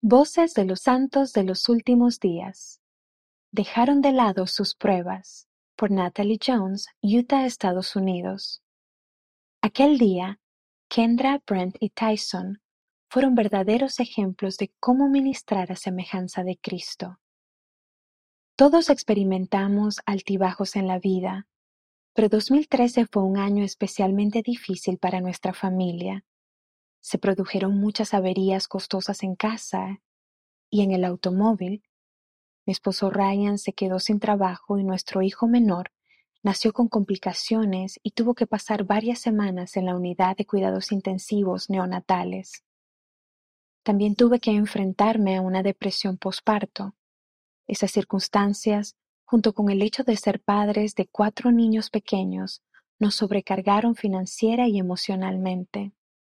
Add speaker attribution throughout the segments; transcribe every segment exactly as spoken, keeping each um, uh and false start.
Speaker 1: Voces de los santos de los últimos días. Dejaron de lado sus pruebas. Por Natalie Jones, Utah, Estados Unidos. Aquel día, Kendra, Brent y Tyson fueron verdaderos ejemplos de cómo ministrar a semejanza de Cristo. Todos experimentamos altibajos en la vida, pero dos mil trece fue un año especialmente difícil para nuestra familia. Se produjeron muchas averías costosas en casa y en el automóvil. Mi esposo Ryan se quedó sin trabajo y nuestro hijo menor nació con complicaciones y tuvo que pasar varias semanas en la unidad de cuidados intensivos neonatales. También tuve que enfrentarme a una depresión posparto. Esas circunstancias, junto con el hecho de ser padres de cuatro niños pequeños, nos sobrecargaron financiera y emocionalmente.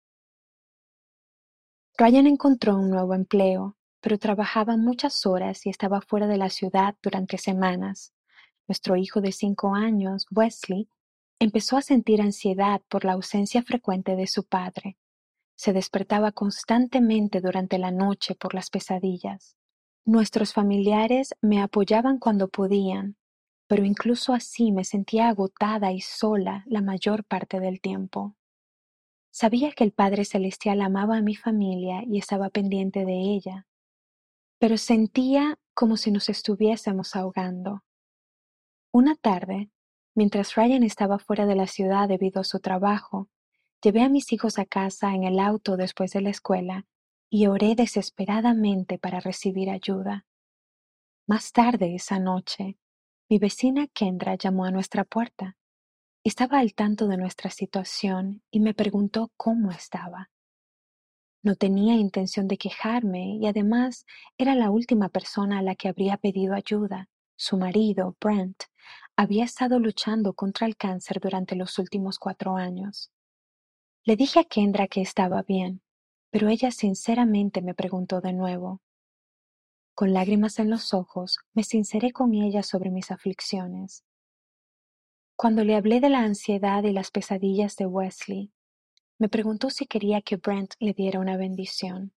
Speaker 1: Ryan encontró un nuevo empleo, pero trabajaba muchas horas y estaba fuera de la ciudad durante semanas. Nuestro hijo de cinco años, Wesley, empezó a sentir ansiedad por la ausencia frecuente de su padre. Se despertaba constantemente durante la noche por las pesadillas. Nuestros familiares me apoyaban cuando podían, pero incluso así me sentía agotada y sola la mayor parte del tiempo. Sabía que el Padre Celestial amaba a mi familia y estaba pendiente de ella, pero sentía como si nos estuviésemos ahogando. Una tarde, mientras Ryan estaba fuera de la ciudad debido a su trabajo, llevé a mis hijos a casa en el auto después de la escuela y oré desesperadamente para recibir ayuda. Más tarde esa noche, mi vecina Kendra llamó a nuestra puerta. Estaba al tanto de nuestra situación y me preguntó cómo estaba. No tenía intención de quejarme y además era la última persona a la que habría pedido ayuda. Su marido, Brent, había estado luchando contra el cáncer durante los últimos cuatro años. Le dije a Kendra que estaba bien, pero ella sinceramente me preguntó de nuevo. Con lágrimas en los ojos, me sinceré con ella sobre mis aflicciones. Cuando le hablé de la ansiedad y las pesadillas de Wesley, me preguntó si quería que Brent le diera una bendición.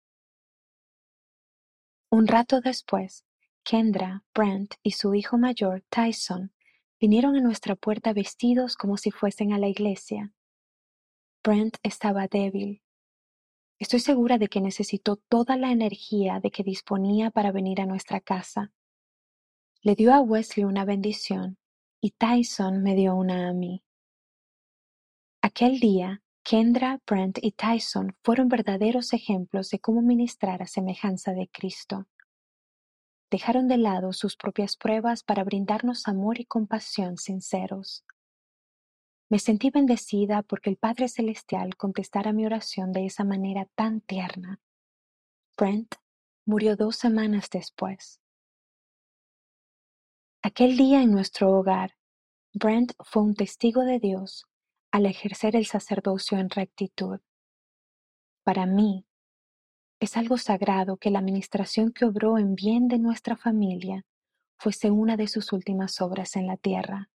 Speaker 1: Un rato después, Kendra, Brent y su hijo mayor, Tyson, vinieron a nuestra puerta vestidos como si fuesen a la iglesia. Brent estaba débil. Estoy segura de que necesitó toda la energía de que disponía para venir a nuestra casa. Le dio a Wesley una bendición y Tyson me dio una a mí. Aquel día, Kendra, Brent y Tyson fueron verdaderos ejemplos de cómo ministrar a semejanza de Cristo. Dejaron de lado sus propias pruebas para brindarnos amor y compasión sinceros. Me sentí bendecida porque el Padre Celestial contestara mi oración de esa manera tan tierna. Brent murió dos semanas después. Aquel día en nuestro hogar, Brent fue un testigo de Dios al ejercer el sacerdocio en rectitud. Para mí, es algo sagrado que la administración que obró en bien de nuestra familia fuese una de sus últimas obras en la tierra.